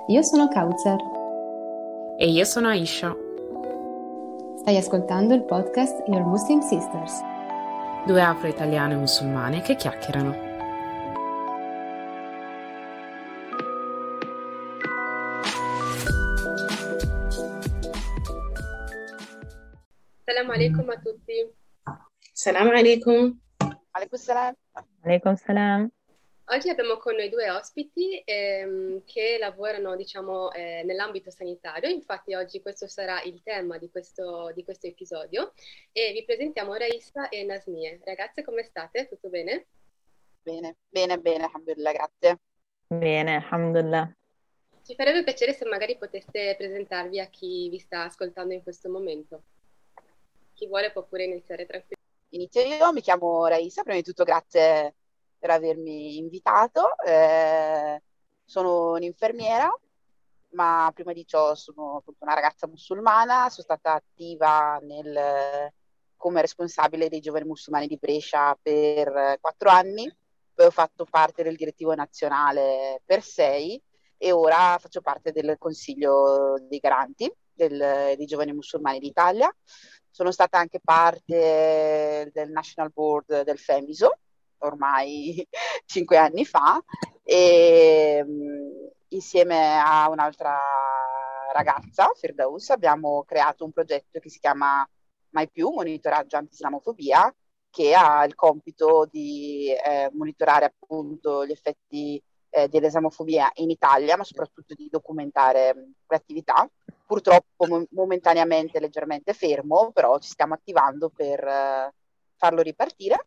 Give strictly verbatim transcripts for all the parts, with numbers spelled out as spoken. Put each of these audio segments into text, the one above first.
Io sono Kautzer. E io sono Aisha. Stai ascoltando il podcast Your Muslim Sisters. Due afro-italiane musulmane che chiacchierano. Salam alaikum a tutti. Salam alaikum. Alaikum salam. Alaikum salam. Oggi abbiamo con noi due ospiti ehm, che lavorano, diciamo, eh, nell'ambito sanitario. Infatti oggi questo sarà il tema di questo, di questo episodio. E vi presentiamo Raissa e Nasmie. Ragazze, come state? Tutto bene? Bene, bene, bene, alhamdulillah, grazie. Bene, alhamdulillah. Ci farebbe piacere se magari poteste presentarvi a chi vi sta ascoltando in questo momento. Chi vuole può pure iniziare tranquillo. Inizio io, mi chiamo Raissa, prima di tutto grazie per avermi invitato. Eh, sono un'infermiera, ma prima di ciò sono appunto una ragazza musulmana, sono stata attiva nel, come responsabile dei giovani musulmani di Brescia per quattro anni, poi ho fatto parte del direttivo nazionale per sei e ora faccio parte del Consiglio dei Garanti del, dei giovani musulmani d'Italia. Sono stata anche parte del National Board del Femiso, ormai cinque anni fa, e mh, insieme a un'altra ragazza, Firdaus, abbiamo creato un progetto che si chiama Mai Più, monitoraggio anti-islamofobia, che ha il compito di eh, monitorare appunto gli effetti eh, dell'islamofobia in Italia, ma soprattutto di documentare mh, le attività. Purtroppo mo- momentaneamente leggermente fermo, però ci stiamo attivando per eh, farlo ripartire.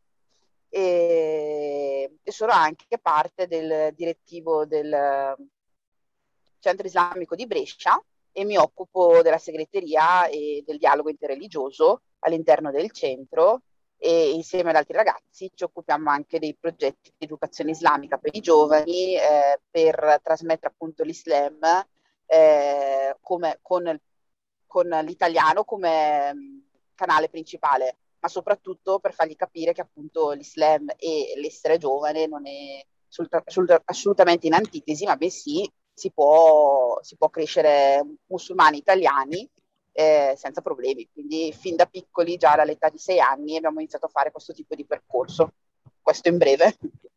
E, e sono anche parte del direttivo del Centro Islamico di Brescia e mi occupo della segreteria e del dialogo interreligioso all'interno del centro, e insieme ad altri ragazzi ci occupiamo anche dei progetti di educazione islamica per i giovani, eh, per trasmettere appunto l'Islam eh, come, con, con l'italiano come mh, canale principale, ma soprattutto per fargli capire che appunto l'Islam e l'essere giovane non è assolut- assolut- assolutamente in antitesi, ma bensì si può, si può crescere musulmani italiani eh, senza problemi. Quindi fin da piccoli, già all'età di sei anni, abbiamo iniziato a fare questo tipo di percorso. Questo in breve.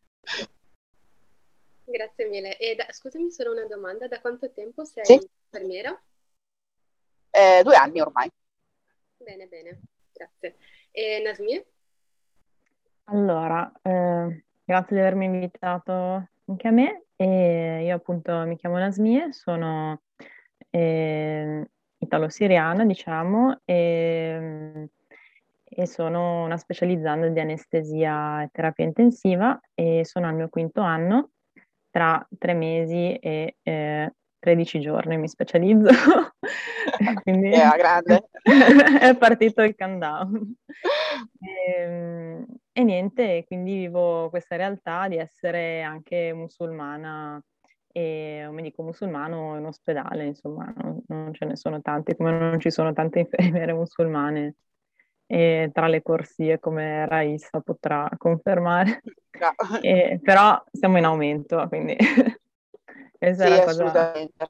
Grazie mille. E da, scusami solo una domanda, da quanto tempo sei Sì. infermiera? Eh, due anni ormai. Bene, bene, grazie. E Nasmie? Allora, eh, grazie di avermi invitato anche a me. E io appunto mi chiamo Nasmie, sono eh, italo-siriana, diciamo, e, e sono una specializzanda di anestesia e terapia intensiva e sono al mio quinto anno. Tra tre mesi e eh, tredici giorni mi specializzo. Quindi È grande. è partito il countdown. E, e niente, quindi vivo questa realtà di essere anche musulmana e, come dico, musulmano in ospedale, insomma, non, non ce ne sono tanti, come non ci sono tante infermiere musulmane e tra le corsie, come Raissa potrà confermare. No. E, però siamo in aumento, quindi questa Sì, è la cosa. assolutamente.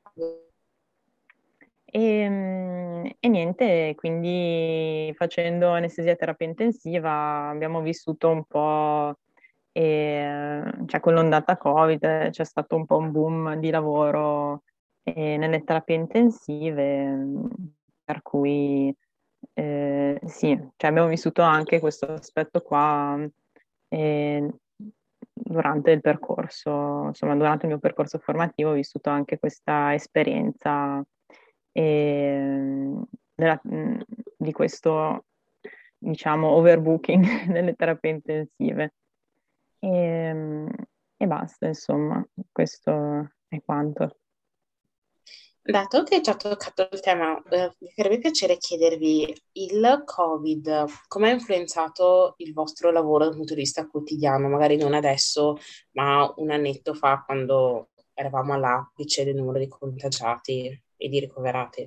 E, mm, e niente, quindi facendo anestesia e terapia intensiva abbiamo vissuto un po', eh, cioè con l'ondata Covid eh, c'è stato un po' un boom di lavoro eh, nelle terapie intensive, mm, per cui eh, sì, cioè abbiamo vissuto anche questo aspetto qua eh, durante il percorso, insomma, durante il mio percorso formativo ho vissuto anche questa esperienza eh, della- mh, di questo, diciamo, overbooking delle terapie intensive. E, e basta, insomma, questo è quanto. Dato che hai già toccato il tema, eh, mi farebbe piacere chiedervi il Covid, come ha influenzato il vostro lavoro dal punto di vista quotidiano, magari non adesso, ma un annetto fa, quando eravamo all'apice del numero di contagiati e di ricoverati.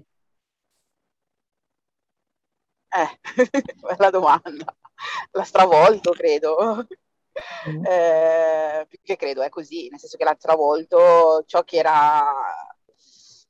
Eh, bella domanda. L'ha stravolto, credo. Mm. Eh, più che credo, è così, nel senso che l'ha stravolto ciò che era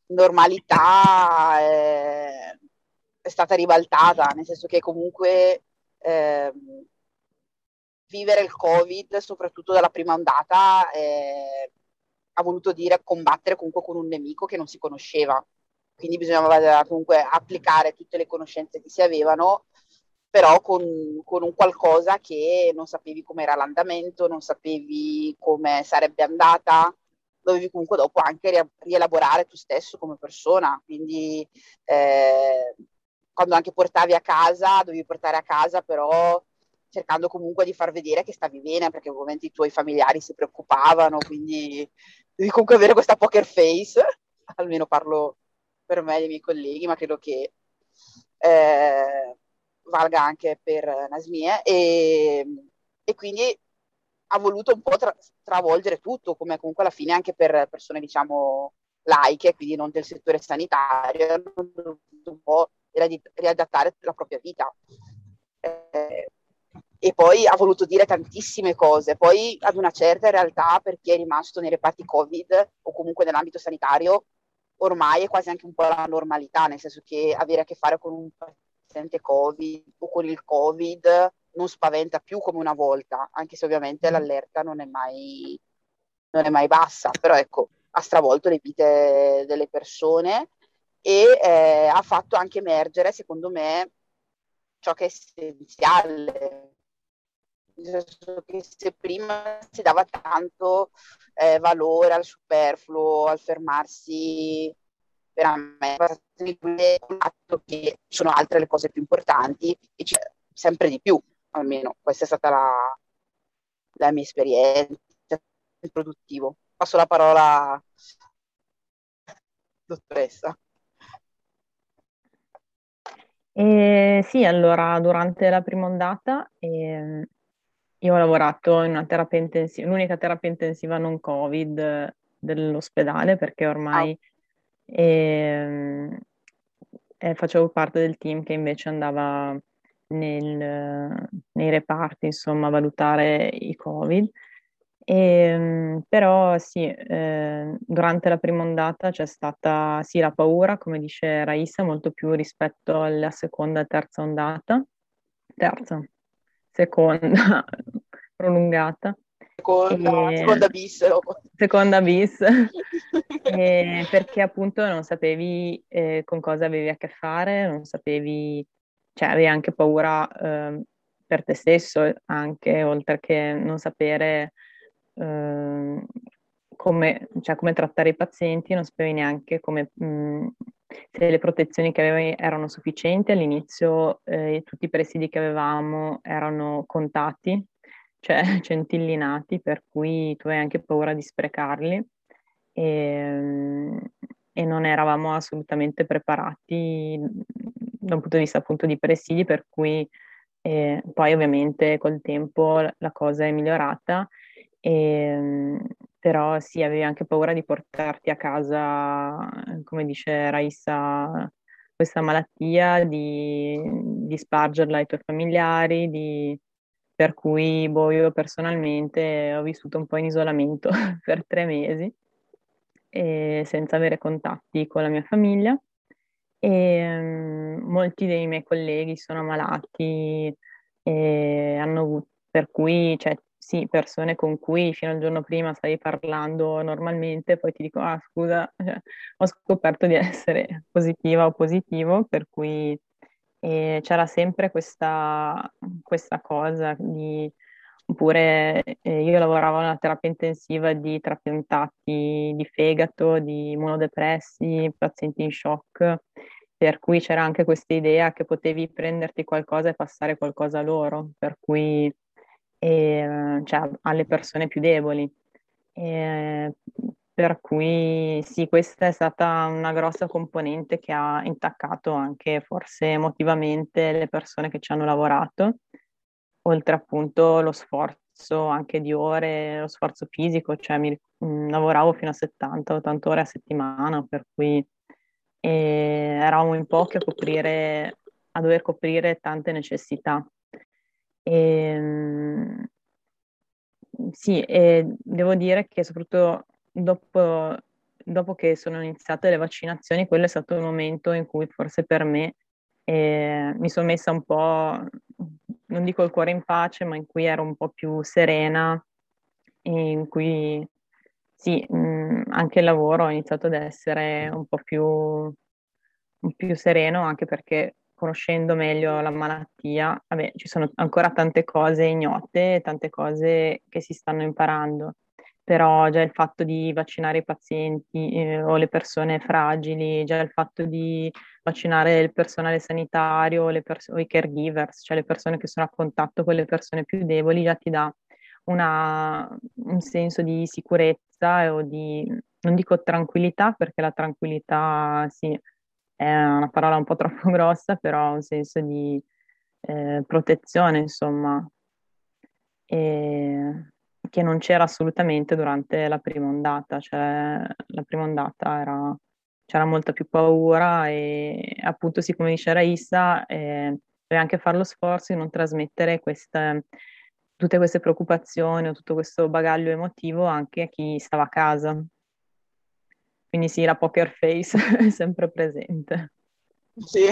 normalità è, è stata ribaltata, nel senso che comunque eh, vivere il Covid, soprattutto dalla prima ondata, eh, ha voluto dire combattere comunque con un nemico che non si conosceva. Quindi bisognava comunque applicare tutte le conoscenze che si avevano, però con, con un qualcosa che non sapevi com'era l'andamento, non sapevi come sarebbe andata, dovevi comunque dopo anche rielaborare tu stesso come persona. Quindi eh, quando anche portavi a casa, dovevi portare a casa però cercando comunque di far vedere che stavi bene, perché ovviamente i tuoi familiari si preoccupavano, quindi devi comunque avere questa poker face, almeno parlo per me e i miei colleghi, ma credo che eh, valga anche per Nasmie, e, e quindi ha voluto un po' tra- travolgere tutto, come comunque alla fine anche per persone, diciamo, laiche, quindi non del settore sanitario, hanno dovuto un po' riadattare la propria vita. Eh, e poi ha voluto dire tantissime cose, poi ad una certa in realtà, per chi è rimasto nei reparti Covid o comunque nell'ambito sanitario, ormai è quasi anche un po' la normalità, nel senso che avere a che fare con un paziente Covid o con il Covid non spaventa più come una volta, anche se ovviamente l'allerta non è mai, non è mai bassa, però ecco, ha stravolto le vite delle persone e eh, ha fatto anche emergere, secondo me, ciò che è essenziale. Nel senso che se prima si dava tanto eh, valore al superfluo, al fermarsi veramente, che sono altre le cose più importanti e c'è sempre di più, almeno questa è stata la, la mia esperienza produttivo. Passo la parola alla dottoressa. E sì, allora, durante la prima ondata ehm, io ho lavorato in una terapia intensiva, l'unica terapia intensiva non Covid eh, dell'ospedale, perché Ah, ormai ehm, eh, facevo parte del team che invece andava nel- nei reparti, insomma, a valutare i Covid. E, però sì, eh, durante la prima ondata c'è stata sì la paura, come dice Raissa, molto più rispetto alla seconda e terza ondata. Terza, seconda, prolungata. seconda, E, seconda bis. No? seconda bis, e perché appunto non sapevi eh, con cosa avevi a che fare, non sapevi, cioè avevi anche paura eh, per te stesso, anche oltre che non sapere eh, come, cioè, come trattare i pazienti, non sapevi neanche come, mh, se le protezioni che avevi erano sufficienti. All'inizio eh, tutti i presidi che avevamo erano contati, cioè centillinati, per cui tu hai anche paura di sprecarli e, e non eravamo assolutamente preparati da un punto di vista appunto di presidi, per cui eh, poi ovviamente col tempo la cosa è migliorata, e, però sì, avevi anche paura di portarti a casa, come dice Raissa, questa malattia, di, di spargerla ai tuoi familiari, di per cui boh, io personalmente ho vissuto un po' in isolamento per tre mesi e senza avere contatti con la mia famiglia e mm, molti dei miei colleghi sono malati e hanno avuto, per cui, cioè, sì, persone con cui fino al giorno prima stavi parlando normalmente, poi ti dico, ah, scusa, cioè, ho scoperto di essere positiva o positivo, per cui e c'era sempre questa, questa cosa di, oppure eh, io lavoravo in una terapia intensiva di trapiantati di fegato, di immunodepressi, pazienti in shock, per cui c'era anche questa idea che potevi prenderti qualcosa e passare qualcosa a loro, per cui eh, cioè, alle persone più deboli. E, per cui sì, questa è stata una grossa componente che ha intaccato anche forse emotivamente le persone che ci hanno lavorato, oltre appunto lo sforzo anche di ore, lo sforzo fisico, cioè mi, mh, lavoravo fino a settanta ottanta ore a settimana, per cui eh, eravamo in pochi a coprire, a dover coprire tante necessità. E, mh, sì, e devo dire che soprattutto dopo dopo che sono iniziate le vaccinazioni, quello è stato il momento in cui forse per me eh, mi sono messa un po', non dico il cuore in pace, ma in cui ero un po' più serena, e in cui sì, mh, anche il lavoro ha iniziato ad essere un po' più, un più sereno, anche perché conoscendo meglio la malattia, vabbè, ci sono ancora tante cose ignote, tante cose che si stanno imparando, però già il fatto di vaccinare i pazienti eh, o le persone fragili, già il fatto di vaccinare il personale sanitario le pers- o i caregivers, cioè le persone che sono a contatto con le persone più deboli, già ti dà una, un senso di sicurezza o di, non dico tranquillità, perché la tranquillità sì, è una parola un po' troppo grossa, però un senso di eh, protezione, insomma, e che non c'era assolutamente durante la prima ondata, cioè la prima ondata era, c'era molta più paura e appunto, sì, come dice Raissa, eh, deve anche fare lo sforzo di non trasmettere queste, tutte queste preoccupazioni o tutto questo bagaglio emotivo anche a chi stava a casa. Quindi sì, la poker face è sempre presente. Sì.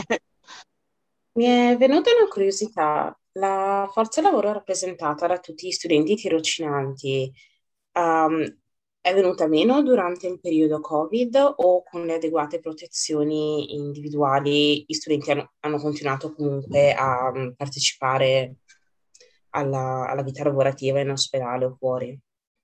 Mi è venuta una curiosità. La forza lavoro rappresentata da tutti gli studenti tirocinanti, ehm, è venuta meno durante il periodo Covid o con le adeguate protezioni individuali gli studenti hanno, hanno continuato comunque a mm, partecipare alla, alla vita lavorativa in ospedale o fuori?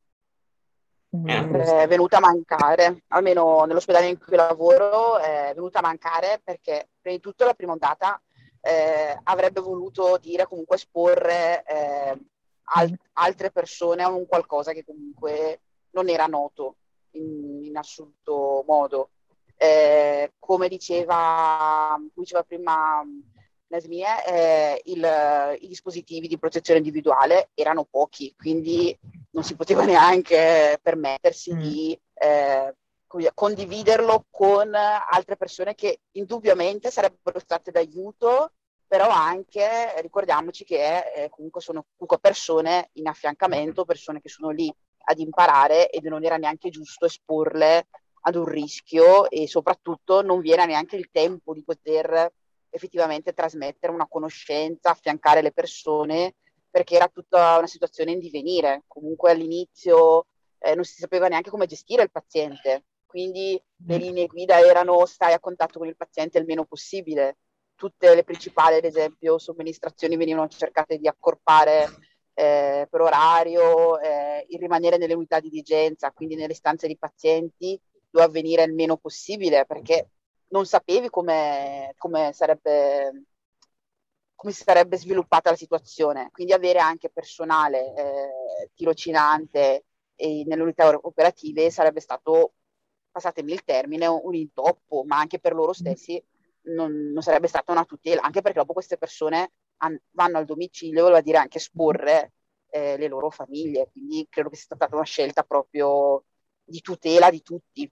È una Mm. curiosità. È venuta a mancare, almeno nell'ospedale in cui lavoro, è venuta a mancare perché prima di tutto la prima ondata eh, avrebbe voluto dire comunque esporre eh, al- altre persone a un qualcosa che comunque non era noto in, in assoluto modo. Eh, come diceva, come diceva prima Nasmia, eh, il- i dispositivi di protezione individuale erano pochi, quindi non si poteva neanche permettersi Mm. di eh, come dire, condividerlo con altre persone che indubbiamente sarebbero state d'aiuto, però anche ricordiamoci che eh, comunque sono comunque persone in affiancamento, persone che sono lì ad imparare ed non era neanche giusto esporle ad un rischio e soprattutto non vi era neanche il tempo di poter effettivamente trasmettere una conoscenza, affiancare le persone, perché era tutta una situazione in divenire. Comunque all'inizio eh, non si sapeva neanche come gestire il paziente, quindi le linee guida erano stai a contatto con il paziente il meno possibile. Tutte le principali, ad esempio, somministrazioni venivano cercate di accorpare eh, per orario, eh, il rimanere nelle unità di digenza, quindi nelle stanze di pazienti, doveva avvenire il meno possibile perché non sapevi come, come sarebbe come si sarebbe sviluppata la situazione. Quindi avere anche personale eh, tirocinante e nelle unità operative sarebbe stato, passatemi il termine, un intoppo, ma anche per loro stessi non, non sarebbe stata una tutela, anche perché dopo queste persone han, vanno al domicilio, voleva dire anche esporre eh, le loro famiglie, quindi credo che sia stata una scelta proprio di tutela di tutti.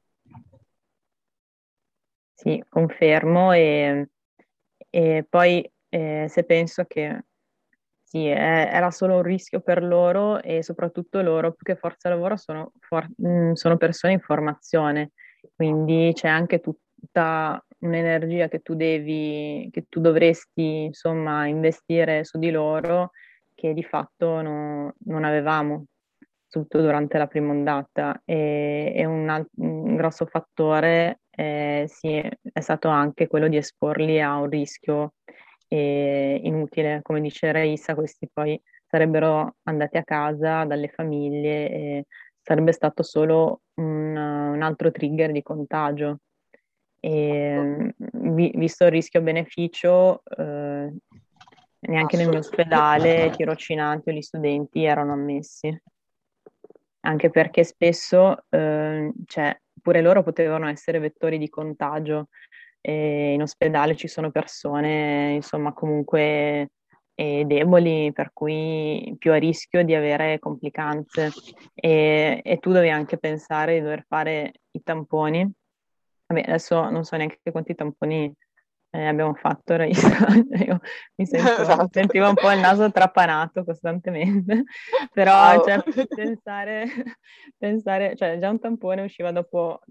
Sì, confermo e, e poi eh, se penso che sì, è- era solo un rischio per loro e soprattutto loro, più che forza lavoro, sono, for- mh, sono persone in formazione, quindi c'è anche tutta un'energia che tu devi, che tu dovresti, insomma, investire su di loro che di fatto no- non avevamo, soprattutto durante la prima ondata. E, e un, al- un grosso fattore eh, sì, è stato anche quello di esporli a un rischio eh, inutile. Come dice Raissa, questi poi sarebbero andati a casa dalle famiglie e sarebbe stato solo un, un altro trigger di contagio. E, vi- visto il rischio-beneficio, eh, neanche nel mio ospedale i tirocinanti o gli studenti erano ammessi, anche perché spesso eh, cioè, pure loro potevano essere vettori di contagio. E in ospedale ci sono persone, insomma, comunque eh, deboli, per cui più a rischio di avere complicanze. E, e tu devi anche pensare di dover fare i tamponi. Vabbè, adesso non so neanche quanti tamponi eh, abbiamo fatto, Raissa. Io mi sento, mi Esatto. sentivo un po' il naso trapanato costantemente, però Wow. cioè, pensare, pensare, cioè già un tampone usciva dopo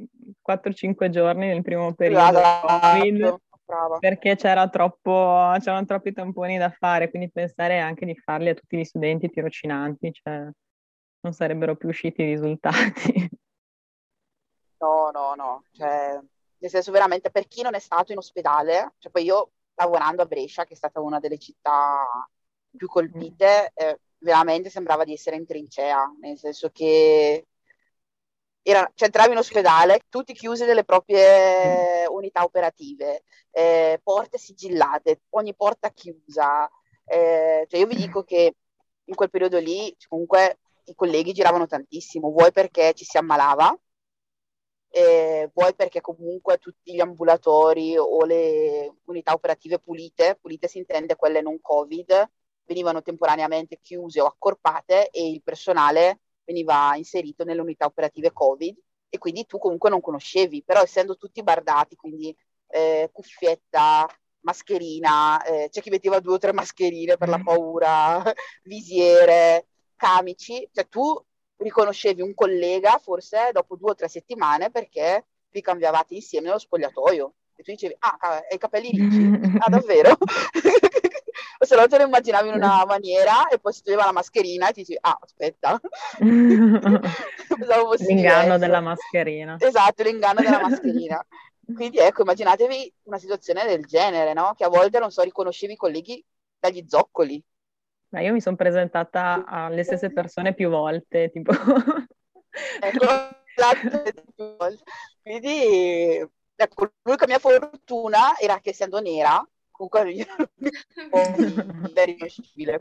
quattro cinque giorni nel primo periodo Covid, Brava. perché c'era troppo, c'erano troppi tamponi da fare, quindi pensare anche di farli a tutti gli studenti tirocinanti, cioè non sarebbero più usciti i risultati. No, no, no, cioè, nel senso veramente per chi non è stato in ospedale, cioè poi io lavorando a Brescia, che è stata una delle città più colpite, eh, veramente sembrava di essere in trincea, nel senso che era, cioè, entravi in ospedale, tutti chiusi nelle proprie unità operative, eh, porte sigillate, ogni porta chiusa. Eh, cioè io vi dico che in quel periodo lì comunque i colleghi giravano tantissimo, vuoi perché ci si ammalava, eh, vuoi perché comunque tutti gli ambulatori o le unità operative pulite, pulite si intende quelle non Covid, venivano temporaneamente chiuse o accorpate e il personale veniva inserito nelle unità operative Covid e quindi tu comunque non conoscevi, però essendo tutti bardati, quindi eh, cuffietta, mascherina, eh, c'è chi metteva due o tre mascherine per la paura, visiere, camici, cioè tu riconoscevi un collega forse dopo due o tre settimane perché vi cambiavate insieme nello spogliatoio e tu dicevi, ah, hai i capelli ricci? Ah, davvero? O se no te lo immaginavi in una maniera e poi si toglieva la mascherina e ti dicevi, ah, aspetta. Pensavo fossi L'inganno diverso. della mascherina. Esatto, l'inganno della mascherina. Quindi ecco, immaginatevi una situazione del genere, no? Che a volte, non so, riconoscevi i colleghi dagli zoccoli. Ma io mi sono presentata alle stesse persone più volte, tipo... Ecco, più volte. Quindi, ecco, l'unica mia fortuna era che essendo nera, comunque io ero riconoscibile.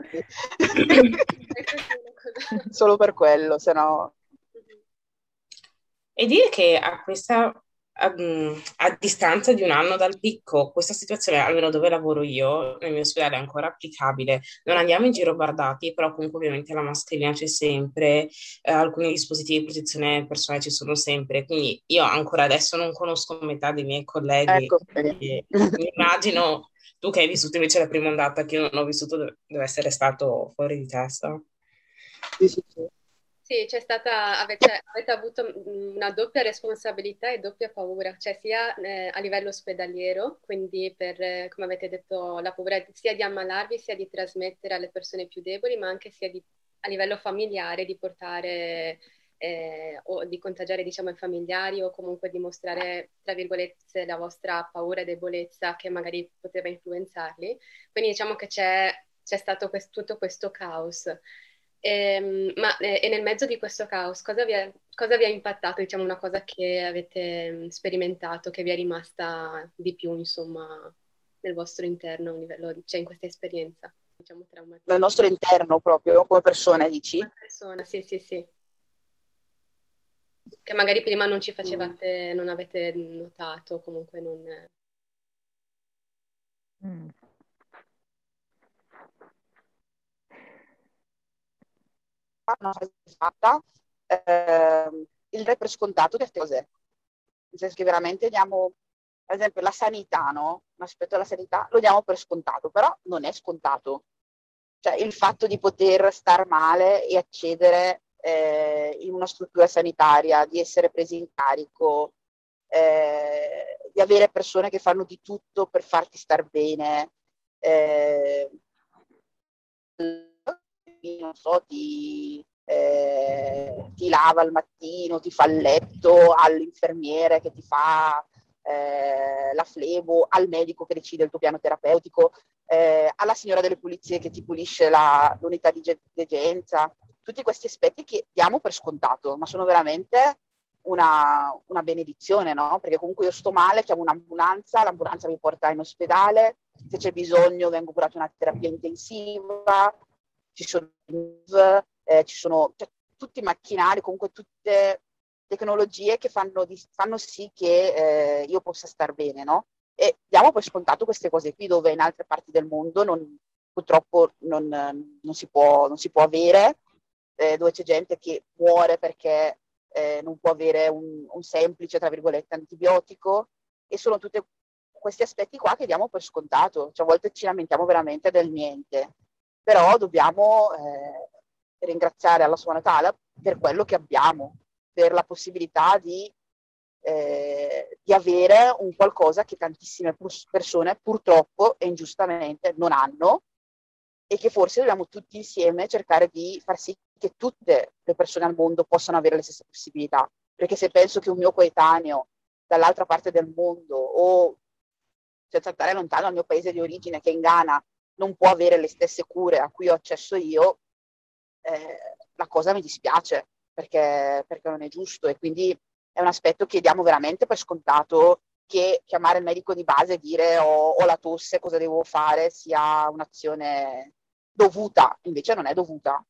Solo per quello, se no... E dire che a questa, a, a distanza di un anno dal picco, questa situazione, almeno dove lavoro io, nel mio ospedale è ancora applicabile. Non andiamo in giro bardati, però comunque ovviamente la mascherina c'è sempre, eh, alcuni dispositivi di protezione personale ci sono sempre, quindi io ancora adesso non conosco metà dei miei colleghi. Ecco. E mi immagino, tu che hai vissuto invece la prima ondata che io non ho vissuto, deve essere stato fuori di testa. Sì, sì, sì. Sì, c'è stata, avete, avete avuto una doppia responsabilità e doppia paura, cioè sia eh, a livello ospedaliero, quindi per, eh, come avete detto, la paura sia di ammalarvi, sia di trasmettere alle persone più deboli, ma anche sia di, a livello familiare di portare eh, o di contagiare, diciamo, i familiari o comunque di mostrare, tra virgolette, la vostra paura e debolezza che magari poteva influenzarli. Quindi diciamo che c'è, c'è stato quest- tutto questo caos. Ehm, ma eh, e nel mezzo di questo caos, cosa vi è, cosa vi ha impattato? Diciamo una cosa che avete mm, sperimentato, che vi è rimasta di più, insomma, nel vostro interno, a un livello, cioè in questa esperienza, diciamo, traumatica. Nel nostro interno proprio, come persona, dici? Come persona, sì, sì, sì. Che magari prima non ci facevate, non avete notato, comunque non... Mm. Una frase fatta, ehm, il re per scontato che cos'è? Nel senso che veramente diamo, per esempio, la sanità, no? L'aspetto della sanità lo diamo per scontato, però non è scontato. Cioè il fatto di poter star male e accedere eh, in una struttura sanitaria, di essere presi in carico, eh, di avere persone che fanno di tutto per farti star bene, eh, non so, ti, eh, ti lava al mattino, ti fa il letto, all'infermiere che ti fa eh, la flebo, al medico che decide il tuo piano terapeutico, eh, alla signora delle pulizie che ti pulisce la, l'unità di degenza, tutti questi aspetti che diamo per scontato, ma sono veramente una, una benedizione, no? Perché comunque io sto male, chiamo un'ambulanza, l'ambulanza mi porta in ospedale, se c'è bisogno vengo curato in una terapia intensiva, ci sono, eh, ci sono cioè, tutti i macchinari, comunque tutte tecnologie che fanno, di, fanno sì che eh, io possa star bene, no? E diamo per scontato queste cose qui, dove in altre parti del mondo non, purtroppo non, non, si può, non si può avere, eh, dove c'è gente che muore perché eh, non può avere un, un semplice, tra virgolette, antibiotico, e sono tutti questi aspetti qua che diamo per scontato, cioè a volte ci lamentiamo veramente del niente, però dobbiamo eh, ringraziare alla Subhanahu wa Ta'ala per quello che abbiamo, per la possibilità di eh, di avere un qualcosa che tantissime persone purtroppo e ingiustamente non hanno, e che forse dobbiamo tutti insieme cercare di far sì che tutte le persone al mondo possano avere le stesse possibilità. Perché se penso che un mio coetaneo dall'altra parte del mondo, o senza andare lontano dal mio paese di origine, che è in Ghana, non può avere le stesse cure a cui ho accesso io, eh, la cosa mi dispiace, perché, perché non è giusto, e quindi è un aspetto che diamo veramente per scontato, che chiamare il medico di base e dire ho, ho la tosse, cosa devo fare, sia un'azione dovuta. Invece non è dovuta.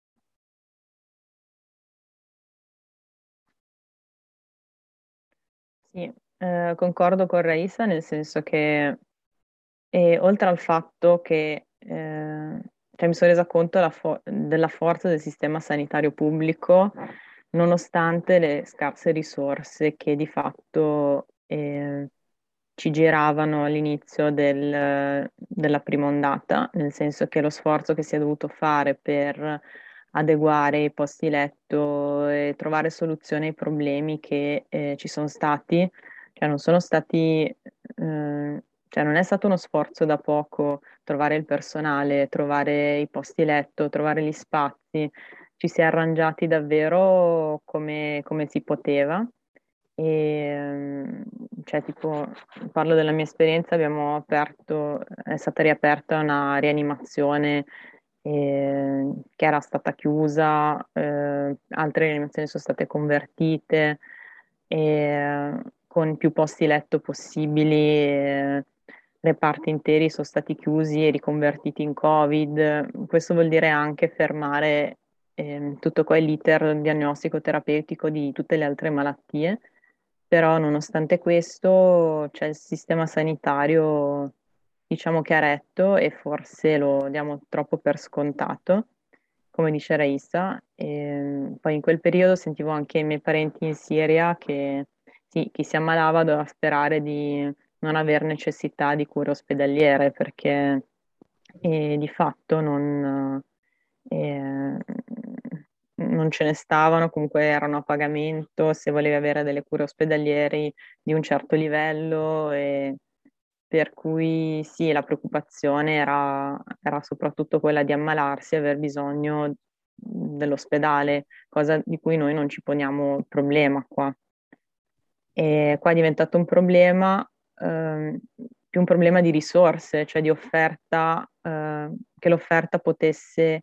Sì, eh, concordo con Raissa, nel senso che e oltre al fatto che eh, cioè mi sono resa conto la fo- della forza del sistema sanitario pubblico, nonostante le scarse risorse che di fatto eh, ci giravano all'inizio del- della prima ondata, nel senso che lo sforzo che si è dovuto fare per adeguare i posti letto e trovare soluzioni ai problemi che eh, ci sono stati, cioè non sono stati, eh, cioè non è stato uno sforzo da poco trovare il personale, trovare i posti letto, trovare gli spazi, ci si è arrangiati davvero come, come si poteva. E, ehm, cioè, tipo, parlo della mia esperienza, abbiamo aperto, è stata riaperta una rianimazione eh, che era stata chiusa, eh, altre rianimazioni sono state convertite e, con più posti letto possibili, eh, reparti interi sono stati chiusi e riconvertiti in Covid. Questo vuol dire anche fermare ehm, tutto quell'iter diagnostico terapeutico di tutte le altre malattie, però nonostante questo c'è il sistema sanitario, diciamo che ha retto, e forse lo diamo troppo per scontato, come dice Raissa. E poi in quel periodo sentivo anche i miei parenti in Siria che sì, chi si ammalava doveva sperare di non aver necessità di cure ospedaliere, perché eh, di fatto non, eh, non ce ne stavano, comunque erano a pagamento se volevi avere delle cure ospedaliere di un certo livello, e per cui sì, la preoccupazione era, era soprattutto quella di ammalarsi e aver bisogno dell'ospedale, cosa di cui noi non ci poniamo problema qua. E qua è diventato un problema, ehm, più un problema di risorse, cioè di offerta, eh, che l'offerta potesse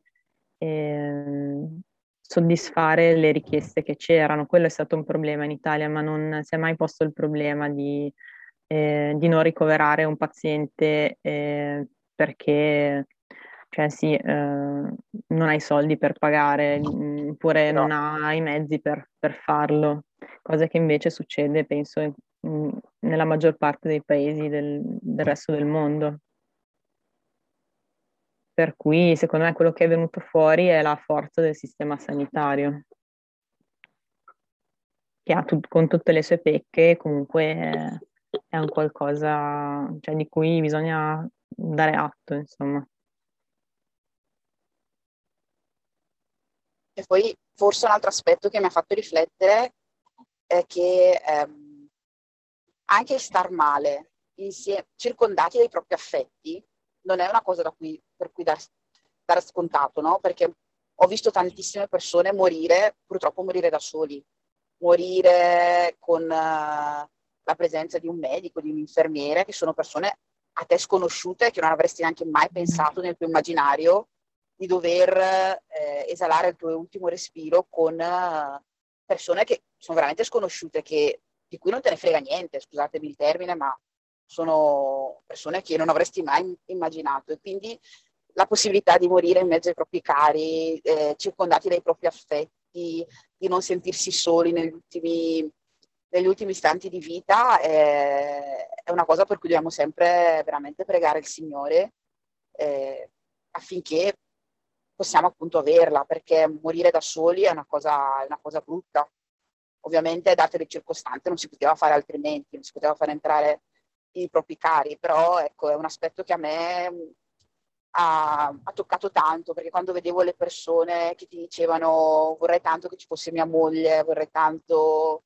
ehm, soddisfare le richieste che c'erano. Quello è stato un problema in Italia, ma non si è mai posto il problema di, eh, di non ricoverare un paziente eh, perché, cioè sì, eh, non hai soldi per pagare, mh, oppure Però non hai i mezzi per, per farlo, cosa che invece succede, penso, in- in- nella maggior parte dei paesi del, del resto del mondo. Per cui, secondo me, quello che è venuto fuori è la forza del sistema sanitario, che ha tut- con tutte le sue pecche, comunque è, è un qualcosa, cioè, di cui bisogna dare atto, insomma. E poi forse un altro aspetto che mi ha fatto riflettere è che ehm, anche star male, insie- circondati dai propri affetti, non è una cosa da cui, per cui dar, dare scontato, no? Perché ho visto tantissime persone morire, purtroppo morire da soli, morire con eh, la presenza di un medico, di un infermiere, che sono persone a te sconosciute, che non avresti neanche mai pensato nel tuo immaginario di dover eh, esalare il tuo ultimo respiro con eh, persone che sono veramente sconosciute, che, di cui non te ne frega niente, scusatemi il termine, ma sono persone che non avresti mai immaginato. E quindi la possibilità di morire in mezzo ai propri cari, eh, circondati dai propri affetti, di non sentirsi soli negli ultimi, negli ultimi istanti di vita, è, è una cosa per cui dobbiamo sempre veramente pregare il Signore eh, affinché possiamo appunto averla, perché morire da soli è una cosa, è una cosa brutta. Ovviamente, date le circostanze, non si poteva fare altrimenti, non si poteva fare entrare i propri cari, però ecco, è un aspetto che a me ha, ha toccato tanto, perché quando vedevo le persone che ti dicevano vorrei tanto che ci fosse mia moglie, vorrei tanto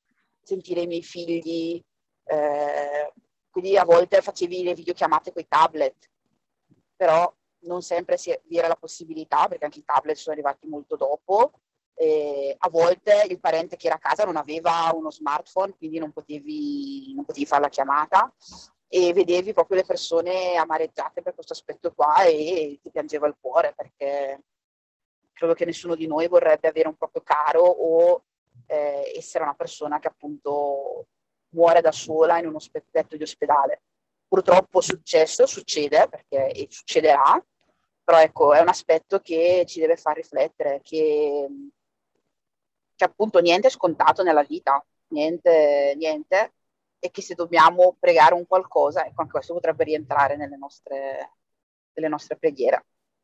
sentire i miei figli, eh, quindi a volte facevi le videochiamate con i tablet, però non sempre si vi era la possibilità, perché anche i tablet sono arrivati molto dopo. E a volte il parente che era a casa non aveva uno smartphone, quindi non potevi, non potevi fare la chiamata, e vedevi proprio le persone amareggiate per questo aspetto qua e ti piangeva il cuore, perché credo che nessuno di noi vorrebbe avere un proprio caro o eh, essere una persona che appunto muore da sola in uno letto di ospedale. Purtroppo è successo, succede, perché e succederà, però ecco, è un aspetto che ci deve far riflettere, che, che appunto niente è scontato nella vita, niente, niente, e che se dobbiamo pregare un qualcosa, ecco, anche questo potrebbe rientrare nelle nostre, nelle nostre preghiere.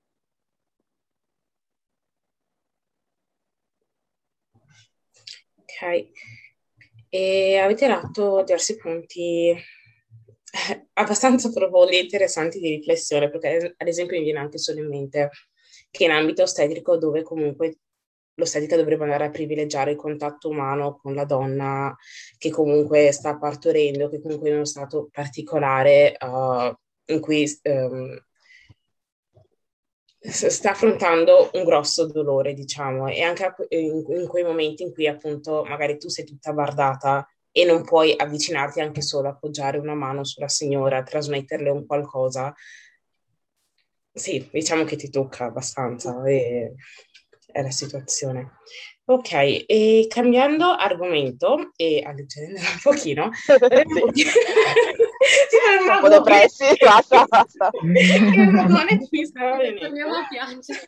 Ok, e avete dato diversi punti eh, abbastanza profondi e interessanti di riflessione, perché ad esempio mi viene anche solo in mente che in ambito ostetrico, dove comunque l'ostetrica dovrebbe andare a privilegiare il contatto umano con la donna che comunque sta partorendo, che comunque è in uno stato particolare uh, in cui um, sta affrontando un grosso dolore, diciamo, e anche in, in quei momenti in cui appunto magari tu sei tutta bardata e non puoi avvicinarti anche solo, appoggiare una mano sulla signora, trasmetterle un qualcosa. Sì, diciamo che ti tocca abbastanza, e è la situazione. Ok, e cambiando argomento e alleggerendo un pochino, vorremmo Sì. Sì, un po' depressi, basta, basta. Torniamo a piangere.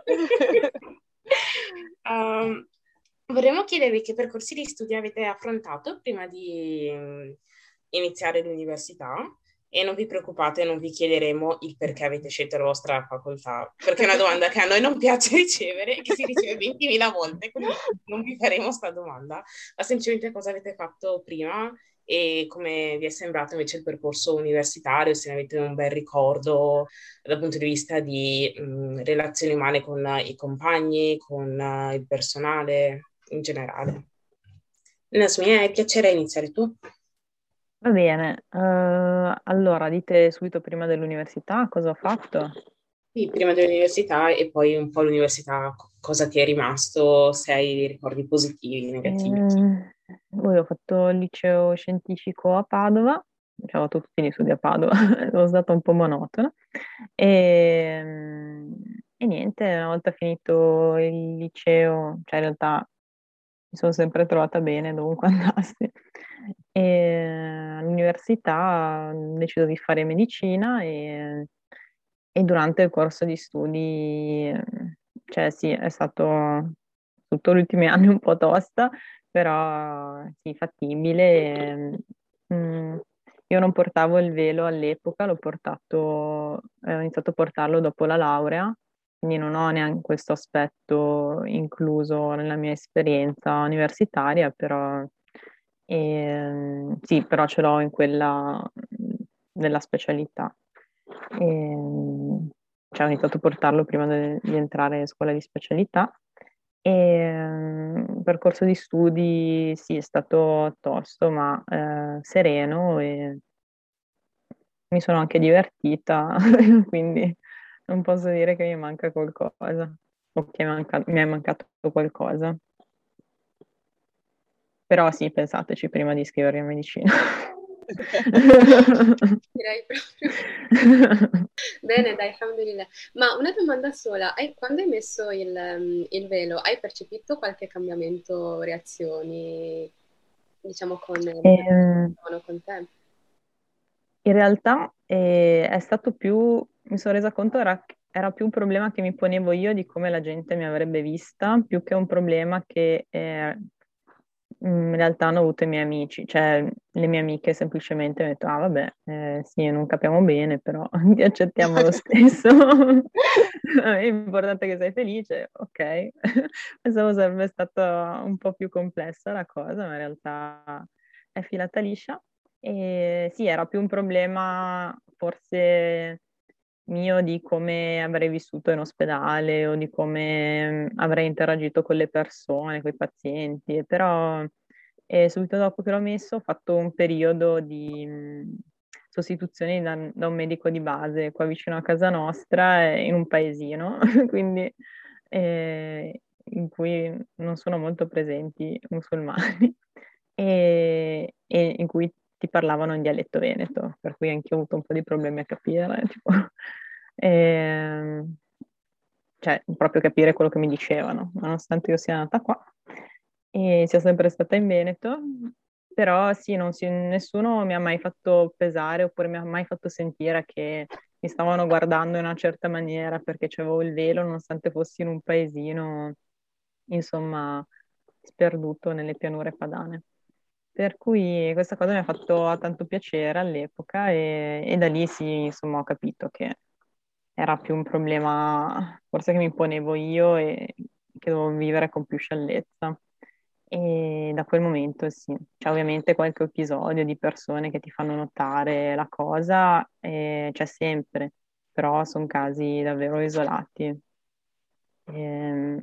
um, vorremmo chiedervi che percorsi di studio avete affrontato prima di um, iniziare l'università, e non vi preoccupate, non vi chiederemo il perché avete scelto la vostra facoltà, perché è una domanda che a noi non piace ricevere e che si riceve ventimila volte, quindi non vi faremo questa domanda, ma semplicemente cosa avete fatto prima e come vi è sembrato invece il percorso universitario, se ne avete un bel ricordo dal punto di vista di mh, relazioni umane con i compagni, con uh, il personale in generale. Nasmi, è piacere iniziare tu. Va bene, uh, allora dite subito prima dell'università cosa ho fatto? Sì, prima dell'università e poi un po' l'università, cosa ti è rimasto, se hai dei ricordi positivi, negativi. Eh, poi ho fatto il liceo scientifico a Padova, cioè ho fatto tutti gli studi a Padova, sono stata un po' monotona. E, e niente, una volta finito il liceo, cioè in realtà mi sono sempre trovata bene dovunque andassi. E all'università ho deciso di fare medicina e, e durante il corso di studi, cioè sì, è stato tutto gli ultimi anni un po' tosta, però sì, fattibile. Mm, io non portavo il velo all'epoca, l'ho portato, ho iniziato a portarlo dopo la laurea, quindi non ho neanche questo aspetto incluso nella mia esperienza universitaria, però ehm, sì, però ce l'ho in quella della specialità. E, cioè, ho iniziato a portarlo prima de- di entrare in scuola di specialità. E il percorso di studi sì, è stato tosto, ma eh, sereno, e mi sono anche divertita, quindi non posso dire che mi manca qualcosa o che manca- mi è mancato qualcosa. Però sì, pensateci prima di iscrivervi a medicina. Direi proprio. Bene, dai, alhamdulillah. Ma una domanda sola, hai- quando hai messo il, ehm, il velo, hai percepito qualche cambiamento, reazioni, diciamo, con le persone che Ehm, stavano con te? In realtà eh, è stato più, mi sono resa conto era, era più un problema che mi ponevo io di come la gente mi avrebbe vista, più che un problema che eh, in realtà hanno avuto i miei amici, cioè le mie amiche semplicemente mi hanno detto, ah vabbè, eh, sì, non capiamo bene, però ti accettiamo lo stesso. È importante che sei felice, ok. Pensavo sarebbe stata un po' più complessa la cosa, ma in realtà è filata liscia. E sì, era più un problema forse mio di come avrei vissuto in ospedale o di come avrei interagito con le persone, con i pazienti, però E subito dopo che l'ho messo ho fatto un periodo di mh, sostituzione da, da un medico di base qua vicino a casa nostra, eh, in un paesino, quindi eh, in cui non sono molto presenti musulmani e, e in cui ti parlavano in dialetto veneto, per cui anche io ho avuto un po' di problemi a capire, tipo, ehm, cioè proprio capire quello che mi dicevano, nonostante io sia nata qua e sia sempre stata in Veneto, però sì, non si- nessuno mi ha mai fatto pesare oppure mi ha mai fatto sentire che mi stavano guardando in una certa maniera perché c'avevo il velo, nonostante fossi in un paesino, insomma, sperduto nelle pianure padane. Per cui questa cosa mi ha fatto tanto piacere all'epoca e, e da lì sì, insomma, ho capito che era più un problema forse che mi ponevo io e che dovevo vivere con più sciallezza. E da quel momento sì, c'è ovviamente qualche episodio di persone che ti fanno notare la cosa, e c'è sempre, però sono casi davvero isolati. Ehm,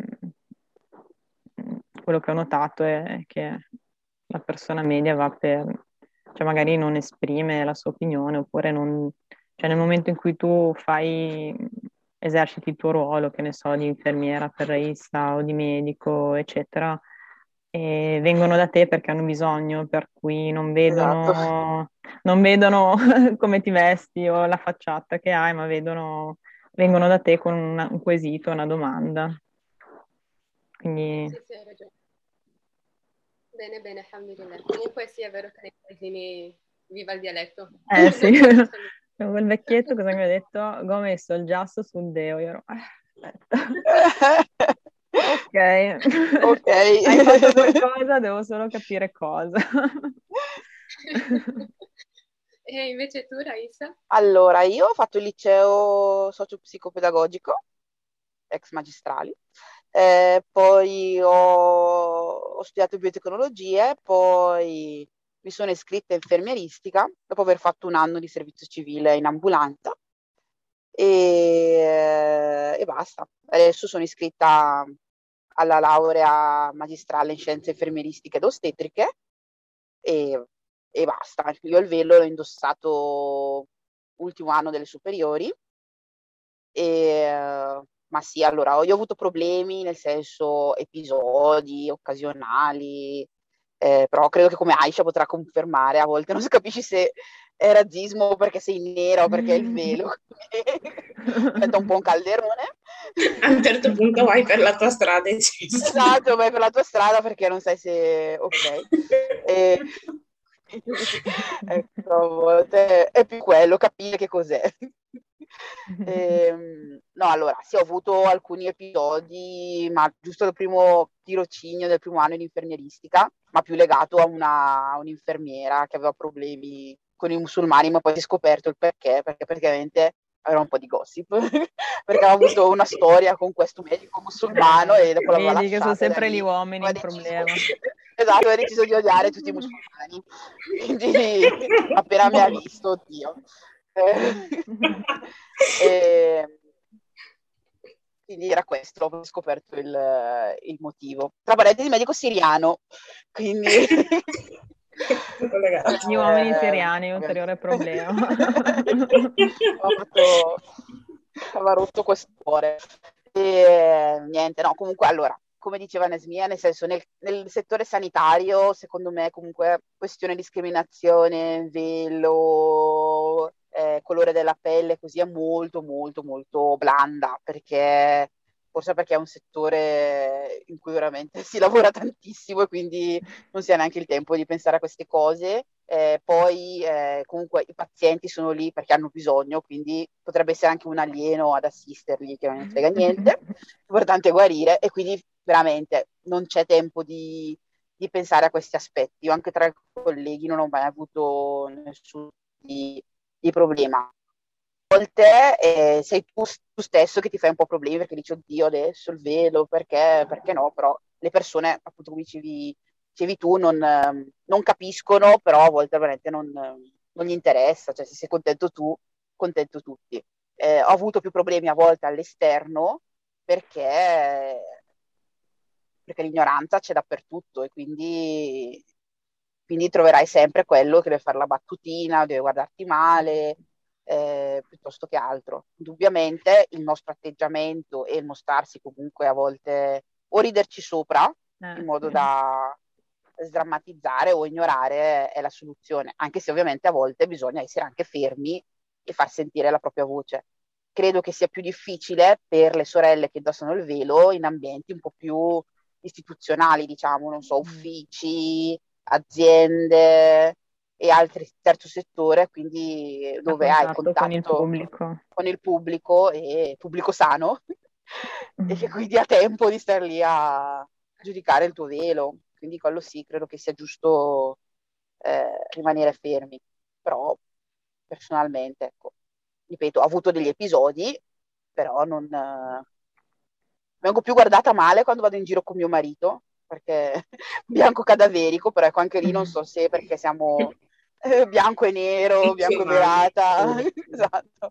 quello che ho notato è che la persona media va per, cioè magari non esprime la sua opinione, oppure non, cioè nel momento in cui tu fai, eserciti il tuo ruolo, che ne so, di infermiera, ferrista o di medico, eccetera, e vengono da te perché hanno bisogno, per cui non Esatto. vedono, non vedono come ti vesti o la facciata che hai, ma vedono, vengono da te con una- un quesito, una domanda. Quindi Sì, sì, hai ragione. Bene, bene, alhamdulillah. Comunque sì, è vero che nei paesini viva il dialetto. Eh sì, quel vecchietto cosa mi ha detto? Go messo il giasso sul deo. Io ero, eh, aspetta. Ok, Ok. hai fatto qualcosa, devo solo capire cosa. E invece tu, Raisa? Allora, io ho fatto il liceo socio-psicopedagogico, ex magistrali, eh, poi ho, ho studiato biotecnologie, poi mi sono iscritta in infermieristica dopo aver fatto un anno di servizio civile in ambulanza e, e basta. Adesso sono iscritta alla laurea magistrale in scienze infermieristiche ed ostetriche e, e basta. Io il velo l'ho indossato ultimo anno delle superiori, e, ma sì, allora io ho avuto problemi, nel senso episodi occasionali, eh, però credo che come Aisha potrà confermare, a volte non si capisci se è razzismo perché sei nera o perché è il velo, diventa un po' un calderone. A un certo punto vai per la tua strada e ci Esatto, vai per la tua strada perché non sai se... ok. E... ecco, a volte è più quello, capire che cos'è. Ehm, no, allora, sì, ho avuto alcuni episodi, ma giusto il primo tirocinio del primo anno in infermieristica, ma più legato a una, a un'infermiera che aveva problemi con i musulmani, ma poi si è scoperto il perché, perché praticamente aveva un po' di gossip, perché aveva avuto una storia con questo medico musulmano e dopo l'aveva Vedi che sono lasciata e da sempre gli lì uomini aveva il deciso, problema. esatto, aveva deciso di odiare tutti i musulmani. Quindi appena mi ha visto, oddio. Eh, e, quindi era questo, ho scoperto il, il motivo. Tra parentesi, medico siriano, quindi... Gli uomini eh, siriani, ulteriore problema. Ho fatto, aveva rotto questo cuore. E niente, no, comunque allora, come diceva Nesmia, nel senso nel, nel settore sanitario, secondo me comunque questione discriminazione, velo, eh, colore della pelle, così è molto molto molto blanda, perché forse perché è un settore in cui veramente si lavora tantissimo e quindi non si ha neanche il tempo di pensare a queste cose. Eh, poi eh, comunque i pazienti sono lì perché hanno bisogno, quindi potrebbe essere anche un alieno ad assisterli che non ne frega niente, l'importante è guarire e quindi veramente non c'è tempo di, di pensare a questi aspetti. Io anche tra i colleghi non ho mai avuto nessun di, di problema. A volte eh, sei tu, tu stesso che ti fai un po' problemi perché dici oddio adesso il velo, perché, perché no, però le persone appunto come dicevi dicevi tu, non, eh, non capiscono, però a volte veramente non, non gli interessa, cioè se sei contento tu, contento tutti. Eh, ho avuto più problemi a volte all'esterno perché, perché l'ignoranza c'è dappertutto e quindi quindi troverai sempre quello che deve fare la battutina, deve guardarti male, eh, piuttosto che altro. Indubbiamente il nostro atteggiamento e il mostrarsi comunque a volte o riderci sopra Eh, in modo sì. da sdrammatizzare o ignorare è la soluzione, anche se ovviamente a volte bisogna essere anche fermi e far sentire la propria voce. Credo che sia più difficile per le sorelle che indossano il velo in ambienti un po' più istituzionali, diciamo, non so, uffici, aziende e altri terzo settore, quindi A dove hai contatto con il contatto pubblico. con il pubblico e pubblico sano e che quindi ha tempo di star lì a giudicare il tuo velo. Quindi quello sì, credo che sia giusto eh, rimanere fermi. Però personalmente, ecco, ripeto, ho avuto degli episodi, però non eh, vengo più guardata male quando vado in giro con mio marito, perché bianco cadaverico, però ecco anche lì non so se perché siamo eh, bianco e nero, bianco e Funzionali. belata. Esatto.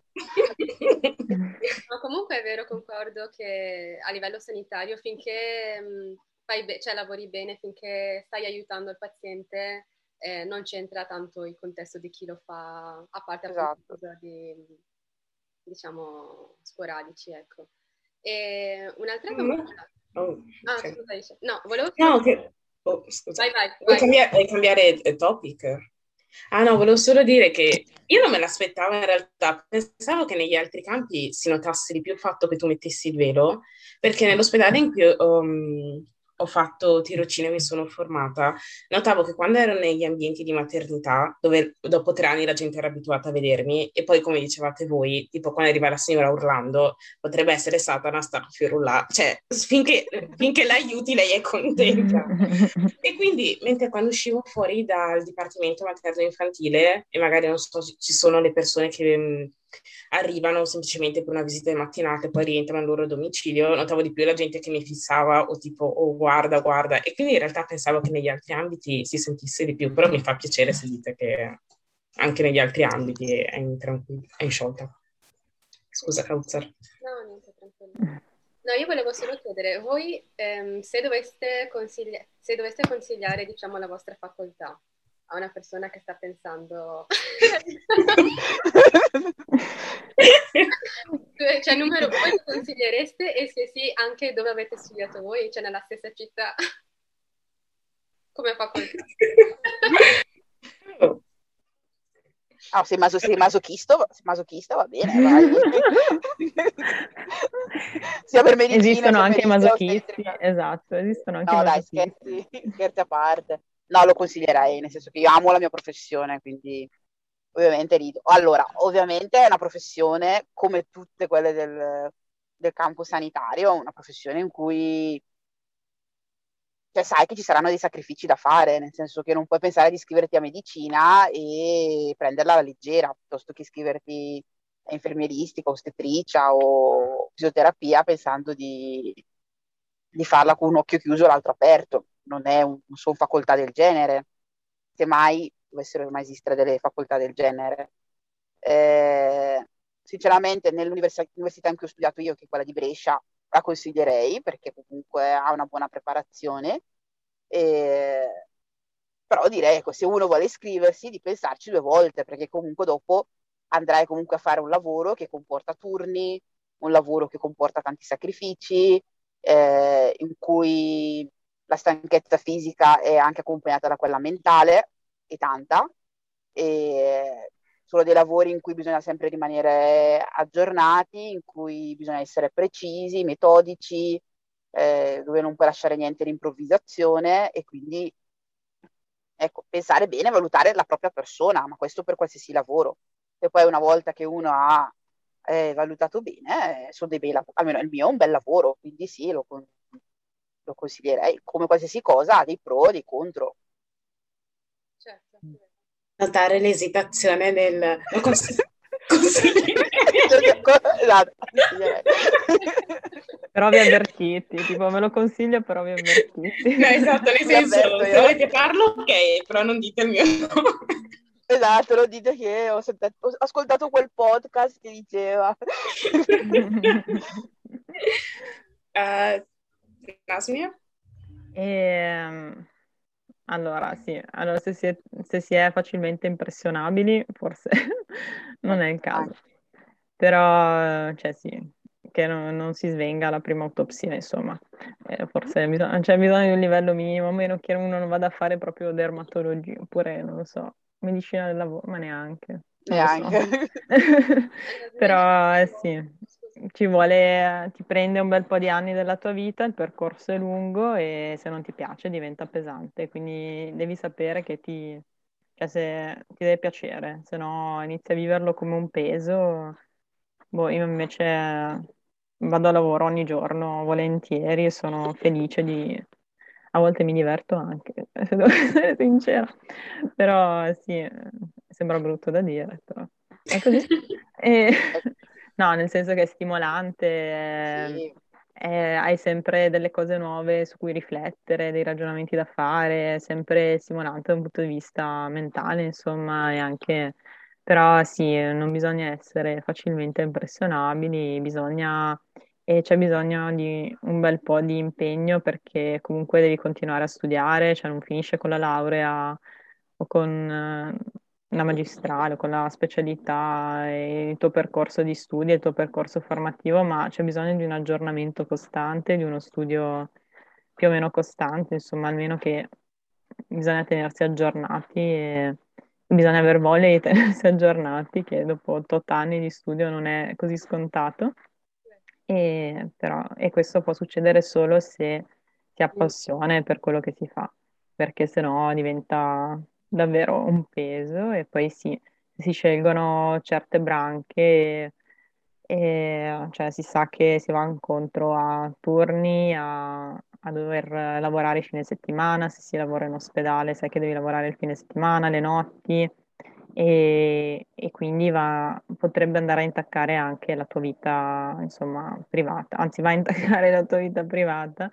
Ma comunque è vero, concordo che a livello sanitario, finché mh, fai be- cioè, lavori bene, finché stai aiutando il paziente, eh, non c'entra tanto il contesto di chi lo fa, a parte appunto Esatto. episodi, diciamo, sporadici, ecco. E un'altra No. domanda. Oh, Ah, ok. scusa, dice. No, volevo No, solo... che... oh, scusa. Vai, vai, Vuoi vai. cambiare, vuoi cambiare eh, topic? Ah no, volevo solo dire che io non me l'aspettavo in realtà, pensavo che negli altri campi si notasse di più il fatto che tu mettessi il velo, perché nell'ospedale in cui ho, um, ho fatto tirocinio e mi sono formata, notavo che quando ero negli ambienti di maternità, dove dopo tre anni la gente era abituata a vedermi, e poi come dicevate voi, tipo quando arriva la signora urlando, potrebbe essere Satana sta a fiorulà, cioè finché, finché la aiuti lei è contenta. E quindi, mentre quando uscivo fuori dal dipartimento materno-infantile, e magari non so, ci sono le persone che mh, arrivano semplicemente per una visita di mattinata e poi rientrano al loro domicilio, notavo di più la gente che mi fissava o tipo, oh guarda, guarda, e quindi in realtà pensavo che negli altri ambiti si sentisse di più, però mi fa piacere se dite che anche negli altri ambiti è in, tranquill- è in sciolta. Scusa, Kauzar. No, niente, tranquillo. No, io volevo solo chiedere, voi ehm, se doveste consigli- se doveste consigliare, diciamo, la vostra facoltà a una persona che sta pensando... Cioè, numero, voi lo consigliereste e se sì, anche dove avete studiato voi, cioè nella stessa città come facoltà? Ah, sei, maso- sei masochista, sei masochista, va bene, vai. Sia per medicina, Esistono sia anche i per masochisti, ostetrica. esatto, esistono anche i No, dai, masochisti. scherzi, scherzi a parte. No, lo consiglierei, nel senso che io amo la mia professione, quindi ovviamente rido. Allora, ovviamente è una professione, come tutte quelle del, del campo sanitario, una professione in cui cioè, sai che ci saranno dei sacrifici da fare, nel senso che non puoi pensare di iscriverti a medicina e prenderla alla leggera, piuttosto che iscriverti a infermieristica, ostetricia o fisioterapia pensando di, di farla con un occhio chiuso e l'altro aperto. Non è un, non sono facoltà del genere, se mai dovessero mai esistere delle facoltà del genere. Eh, sinceramente, nell'università in cui ho studiato io, che è quella di Brescia, la consiglierei perché comunque ha una buona preparazione. E... Però direi che se uno vuole iscriversi di pensarci due volte perché comunque dopo andrai comunque a fare un lavoro che comporta turni, un lavoro che comporta tanti sacrifici, eh, in cui la stanchezza fisica è anche accompagnata da quella mentale e tanta, e sono dei lavori in cui bisogna sempre rimanere aggiornati, in cui bisogna essere precisi, metodici, eh, dove non puoi lasciare niente di improvvisazione e quindi ecco, pensare bene, valutare la propria persona, ma questo per qualsiasi lavoro. E poi una volta che uno ha eh, valutato bene, eh, sono dei bei lavori, almeno il mio è un bel lavoro, quindi sì, lo, lo consiglierei. Come qualsiasi cosa ha dei pro e dei contro. Certo. Notare l'esitazione nel... Lo cons- consiglierei. Esatto, consiglierei. Però vi avvertiti, tipo me lo consiglio però vi avvertiti. No, esatto, nel Vi senso, avverto se io. volete farlo, ok, però non dite il mio nome. Esatto, lo dite che ho, sentato, ho ascoltato quel podcast che diceva. uh, Nasmia? E, Allora, sì, allora se si è, se si è facilmente impressionabili, forse non è il caso. Però, eh, cioè sì, che non, non si svenga la prima autopsia, insomma. Eh, forse bisogna- c'è bisogno di un livello minimo, a meno che uno non vada a fare proprio dermatologia, oppure, non lo so, medicina del lavoro, ma neanche, non lo so. Neanche. Però, eh, sì, ci vuole, ti prende un bel po' di anni della tua vita, il percorso è lungo e se non ti piace diventa pesante, quindi devi sapere che ti, cioè se ti deve piacere, se no inizi a viverlo come un peso. Boh, io invece vado a lavoro ogni giorno volentieri e sono felice di... A volte mi diverto anche, se devo essere sincera. Però sì, sembra brutto da dire, però è così. E- no, nel senso che è stimolante, eh, Sì. eh, hai sempre delle cose nuove su cui riflettere, dei ragionamenti da fare, è sempre stimolante da un punto di vista mentale, insomma, e anche però sì, non bisogna essere facilmente impressionabili, bisogna, e c'è bisogno di un bel po' di impegno perché comunque devi continuare a studiare, cioè non finisce con la laurea o con eh, la magistrale o con la specialità e il tuo percorso di studi, il tuo percorso formativo, ma c'è bisogno di un aggiornamento costante, di uno studio più o meno costante, insomma, almeno che bisogna tenersi aggiornati e bisogna aver voglia di tenersi aggiornati, che dopo otto anni di studio non è così scontato, e, però, e questo può succedere solo se si ha passione per quello che si fa, perché sennò diventa davvero un peso e poi sì, si scelgono certe branche e cioè, si sa che si va incontro a turni, a, a dover lavorare i fine settimana, se si lavora in ospedale sai che devi lavorare il fine settimana, le notti e, e quindi va- potrebbe andare a intaccare anche la tua vita, insomma, privata, anzi va a intaccare la tua vita privata.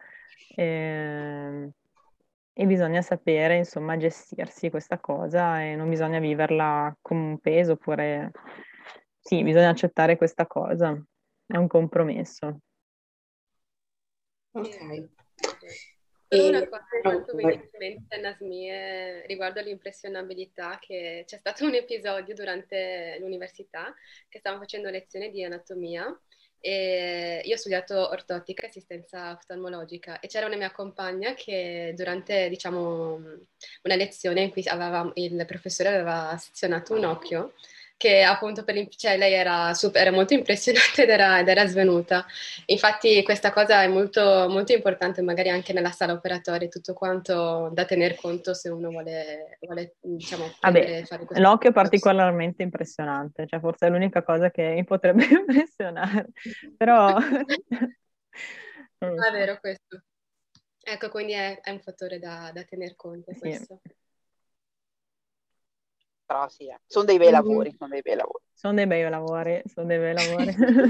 ehm, E bisogna sapere, insomma, gestirsi questa cosa e non bisogna viverla come un peso, oppure sì, bisogna accettare questa cosa. È un compromesso. Sì, Ok. solo una E, cosa mi ha oh, fatto vai. venire in mente, Nasmi, eh, riguardo all'impressionabilità, che c'è stato un episodio durante l'università che stavamo facendo lezione di anatomia e io ho studiato ortotica e assistenza oftalmologica e c'era una mia compagna che durante, diciamo, una lezione in cui aveva- il professore aveva sezionato un occhio, che appunto per l'im- cioè, lei era, super- era molto impressionata ed era, ed era svenuta. Infatti questa cosa è molto, molto importante, magari anche nella sala operatoria, tutto quanto da tener conto se uno vuole, vuole, diciamo, Vabbè, prendere, fare questo l'occhio è percorso. particolarmente impressionante, cioè forse è l'unica cosa che mi potrebbe impressionare, però non lo Ah, è so. vero questo. Ecco, quindi è, è un fattore da, da tener conto Sì. questo. Però sì, eh. Sono dei bei Mhm. lavori, sono dei bei lavori. Sono dei bei lavori, sono dei bei lavori.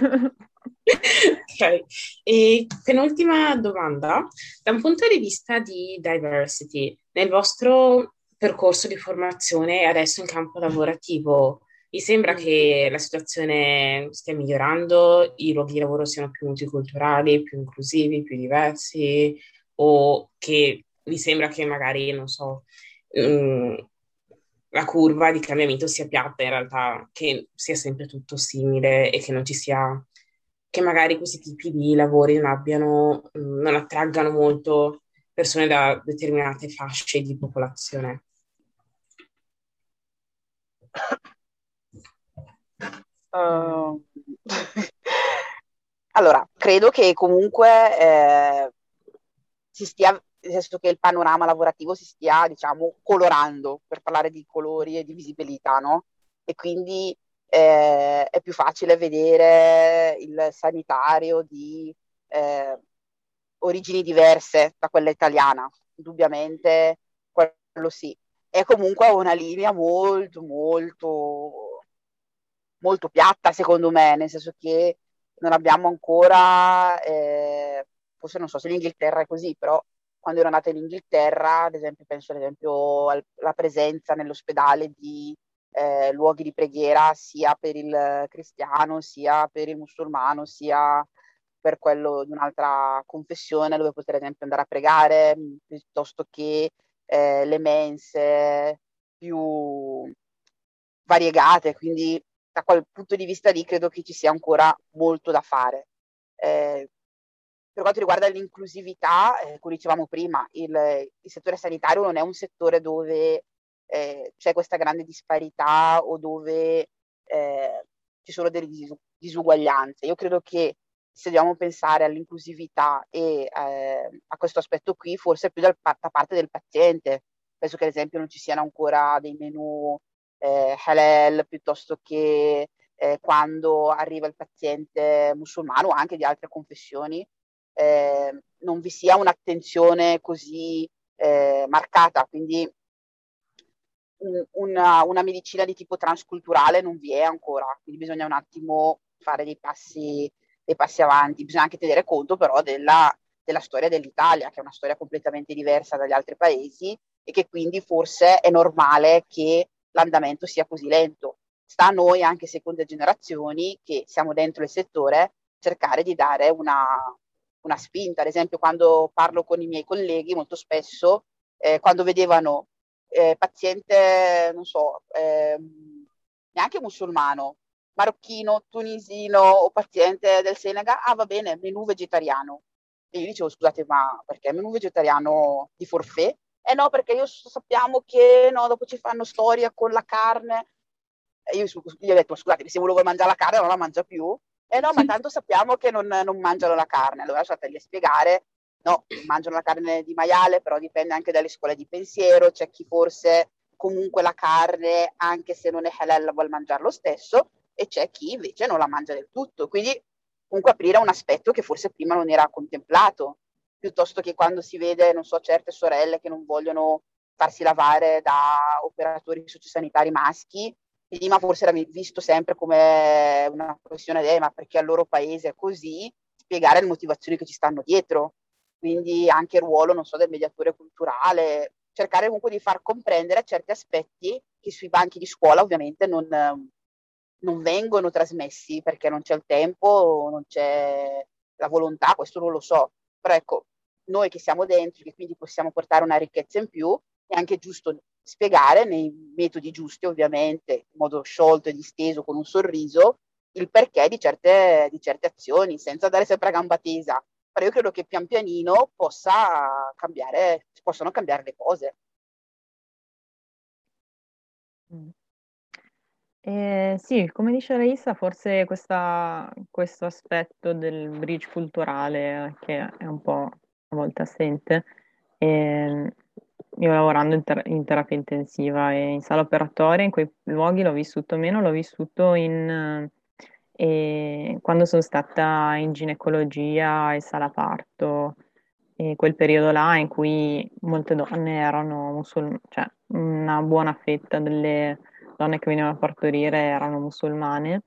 Ok, e penultima domanda, da un punto di vista di diversity, nel vostro percorso di formazione e adesso in campo lavorativo, vi sembra Mm. che la situazione stia migliorando, i luoghi di lavoro siano più multiculturali, più inclusivi, più diversi, o che vi sembra che magari, non so, mm, la curva di cambiamento sia piatta in realtà, che sia sempre tutto simile e che non ci sia che magari questi tipi di lavori non abbiano, mh, non attraggano molto persone da determinate fasce di popolazione. Uh, allora, credo che comunque eh, si stia, nel senso che il panorama lavorativo si stia, diciamo, colorando, per parlare di colori e di visibilità, no? E quindi eh, è più facile vedere il sanitario di eh, origini diverse da quella italiana, indubbiamente quello sì. È comunque una linea molto, molto molto piatta, secondo me, nel senso che non abbiamo ancora, eh, forse non so se l'Inghilterra è così, però quando ero nata in Inghilterra, ad esempio, penso ad esempio al- alla presenza nell'ospedale di eh, luoghi di preghiera sia per il cristiano, sia per il musulmano, sia per quello di un'altra confessione dove poter ad esempio andare a pregare, mh, piuttosto che eh, le mense più variegate, quindi da quel punto di vista lì credo che ci sia ancora molto da fare. Eh, per quanto riguarda l'inclusività, eh, come dicevamo prima, il, il settore sanitario non è un settore dove eh, c'è questa grande disparità o dove eh, ci sono delle disu- disuguaglianze. Io credo che se dobbiamo pensare all'inclusività e eh, a questo aspetto qui, forse più dal, da parte del paziente. Penso che ad esempio non ci siano ancora dei menù eh, halal, piuttosto che eh, quando arriva il paziente musulmano o anche di altre confessioni, eh, non vi sia un'attenzione così eh, marcata. Quindi un- una, una medicina di tipo transculturale non vi è ancora, quindi bisogna un attimo fare dei passi, dei passi avanti. Bisogna anche tenere conto però della, della storia dell'Italia, che è una storia completamente diversa dagli altri paesi e che quindi forse è normale che l'andamento sia così lento. Sta a noi, anche seconde generazioni, che siamo dentro il settore, cercare di dare una, una spinta. Ad esempio, quando parlo con i miei colleghi, molto spesso, eh, quando vedevano eh, paziente, non so, ehm, neanche musulmano, marocchino, tunisino o paziente del Senegal, ah va bene, menù vegetariano. E io dicevo, scusate, ma perché menù vegetariano di forfait? Eh no, perché io sappiamo che no, dopo ci fanno storia con la carne. E io gli ho detto, scusate, se volevo mangiare la carne non la mangia più. Eh no, ma tanto sappiamo che non, non mangiano la carne. Allora lasciateli spiegare, no, mangiano la carne di maiale, però dipende anche dalle scuole di pensiero. C'è chi forse comunque la carne, anche se non è halal, vuole mangiare lo stesso, e c'è chi invece non la mangia del tutto. Quindi comunque aprire un aspetto che forse prima non era contemplato, piuttosto che quando si vede, non so, certe sorelle che non vogliono farsi lavare da operatori sociosanitari maschi, prima forse era visto sempre come una questione di, eh, ma perché al loro paese è così, spiegare le motivazioni che ci stanno dietro. Quindi anche il ruolo, non so, del mediatore culturale, cercare comunque di far comprendere certi aspetti che sui banchi di scuola ovviamente non, non vengono trasmessi perché non c'è il tempo, non c'è la volontà, questo non lo so. Però ecco, noi che siamo dentro, che quindi possiamo portare una ricchezza in più, è anche giusto spiegare nei metodi giusti, ovviamente, in modo sciolto e disteso, con un sorriso, il perché di certe, di certe azioni, senza dare sempre a gamba tesa. Però io credo che pian pianino possa cambiare, possano cambiare le cose. Mm. Eh, sì, come dice Raissa, forse questa- questo aspetto del bridge culturale che è un po' a volte assente. E io lavorando in, ter- in terapia intensiva e in sala operatoria, in quei luoghi l'ho vissuto meno, l'ho vissuto in, eh, quando sono stata in ginecologia e sala parto, e quel periodo là in cui molte donne erano musulmane, cioè una buona fetta delle donne che venivano a partorire erano musulmane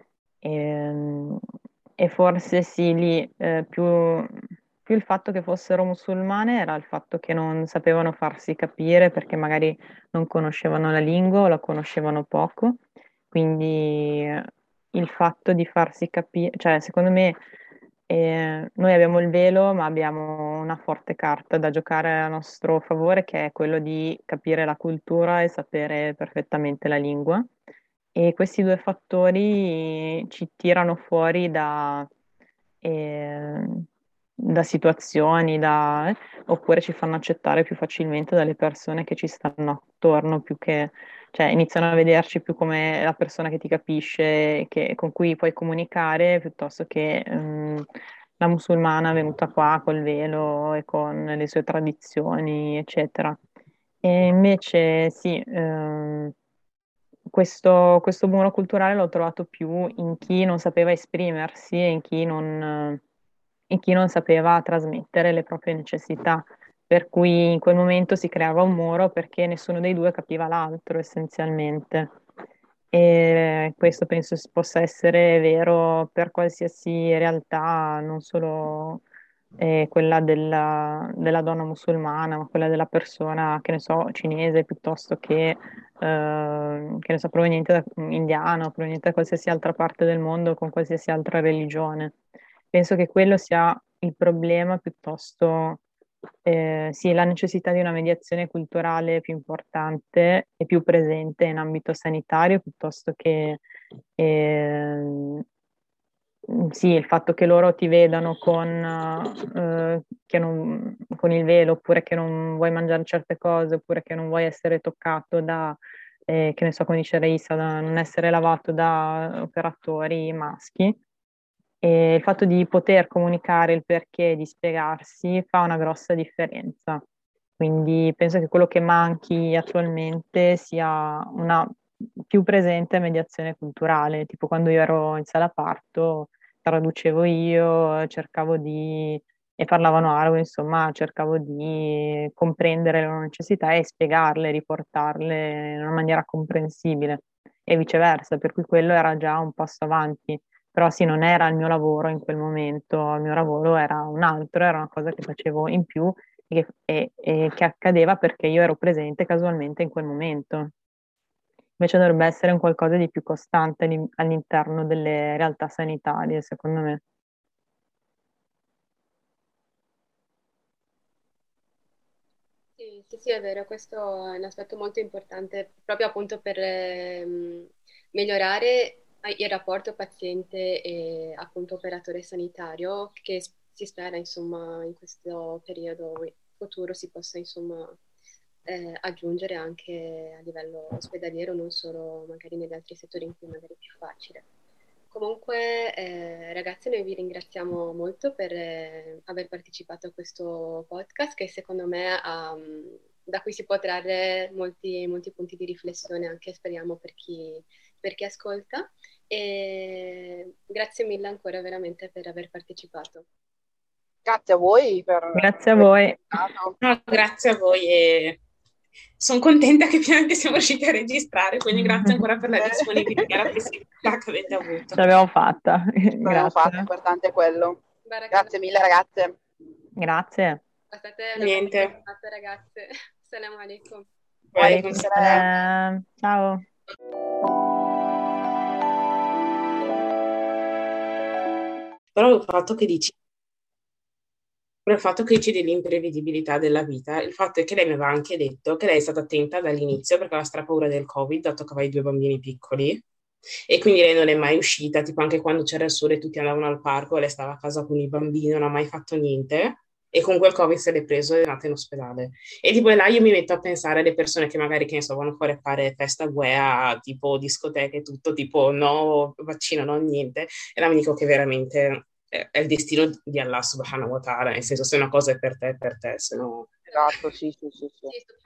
e, e forse sì, lì eh, più, più il fatto che fossero musulmane era il fatto che non sapevano farsi capire perché magari non conoscevano la lingua o la conoscevano poco, quindi eh, il fatto di farsi capire, cioè secondo me eh, noi abbiamo il velo, ma abbiamo una forte carta da giocare a nostro favore, che è quello di capire la cultura e sapere perfettamente la lingua. E questi due fattori ci tirano fuori da, eh, da situazioni, da- eh, oppure ci fanno accettare più facilmente dalle persone che ci stanno attorno, più che, cioè iniziano a vederci più come la persona che ti capisce, che- con cui puoi comunicare, piuttosto che ehm, la musulmana venuta qua col velo e con le sue tradizioni, eccetera. E invece sì, ehm, questo, questo muro culturale l'ho trovato più in chi non sapeva esprimersi e in chi non, in chi non sapeva trasmettere le proprie necessità. Per cui in quel momento si creava un muro perché nessuno dei due capiva l'altro essenzialmente. E questo penso si possa essere vero per qualsiasi realtà, non solo eh, quella della, della donna musulmana, ma quella della persona, che ne so, cinese piuttosto che, eh, che ne so, proveniente da indiano, proveniente da qualsiasi altra parte del mondo, con qualsiasi altra religione. Penso che quello sia il problema piuttosto eh, sì, la necessità di una mediazione culturale più importante e più presente in ambito sanitario piuttosto che eh, sì, il fatto che loro ti vedano con, eh, che non- con il velo, oppure che non vuoi mangiare certe cose, oppure che non vuoi essere toccato da, eh, che ne so, come dice Raissa, da non essere lavato da operatori maschi. E il fatto di poter comunicare il perché, di spiegarsi, fa una grossa differenza. Quindi penso che quello che manchi attualmente sia una più presente mediazione culturale, tipo quando io ero in sala parto, traducevo io, cercavo di, e parlavano arabo, insomma, cercavo di comprendere le loro necessità e spiegarle, riportarle in una maniera comprensibile e viceversa, per cui quello era già un passo avanti. Però sì, non era il mio lavoro in quel momento, il mio lavoro era un altro, era una cosa che facevo in più e, e- e che accadeva perché io ero presente casualmente in quel momento. Invece dovrebbe essere un qualcosa di più costante all'in- all'interno delle realtà sanitarie, secondo me. Sì, sì, sì, è vero, questo è un aspetto molto importante proprio appunto per ehm, migliorare il rapporto paziente e appunto operatore sanitario che s- si spera insomma in questo periodo futuro si possa insomma eh, aggiungere anche a livello ospedaliero, non solo magari negli altri settori in cui magari è più facile. Comunque, eh, ragazzi, noi vi ringraziamo molto per eh, aver partecipato a questo podcast che secondo me ha, mh, da cui si può trarre molti, molti punti di riflessione anche speriamo per chi, per chi ascolta. E grazie mille ancora veramente per aver partecipato. Grazie a voi per Grazie a avermi voi. invitato. No, grazie a voi e sono contenta che finalmente siamo riusciti a registrare, quindi grazie ancora per la disponibilità e la flessibilità che avete avuto. Ce l'abbiamo fatta. L'abbiamo fatta, Grazie. l'importante è quello. Barakallah. Grazie mille ragazze. Grazie. Passate una buona Niente. giornata, ragazze. Salam alaikum. Walaikum Walaikum salam. Eh, ciao. Però il fatto che dici Però il fatto che dici dell'imprevedibilità della vita, il fatto è che lei mi aveva anche detto che lei è stata attenta dall'inizio perché aveva strapaura del Covid, dato che aveva i due bambini piccoli, e quindi lei non è mai uscita, tipo anche quando c'era il sole tutti andavano al parco, lei stava a casa con i bambini, non ha mai fatto niente, e con quel Covid se l'è preso e è andata in ospedale. E tipo là io mi metto a pensare alle persone che magari, che ne so, vanno fuori a fare festa guea, tipo discoteche e tutto, tipo no vaccino, no niente, e là mi dico che veramente è è il destino di Allah subhanahu wa ta'ala, nel senso se una cosa è per te, è per te, se no... Esatto, sì, sì, sì, sì. Sì,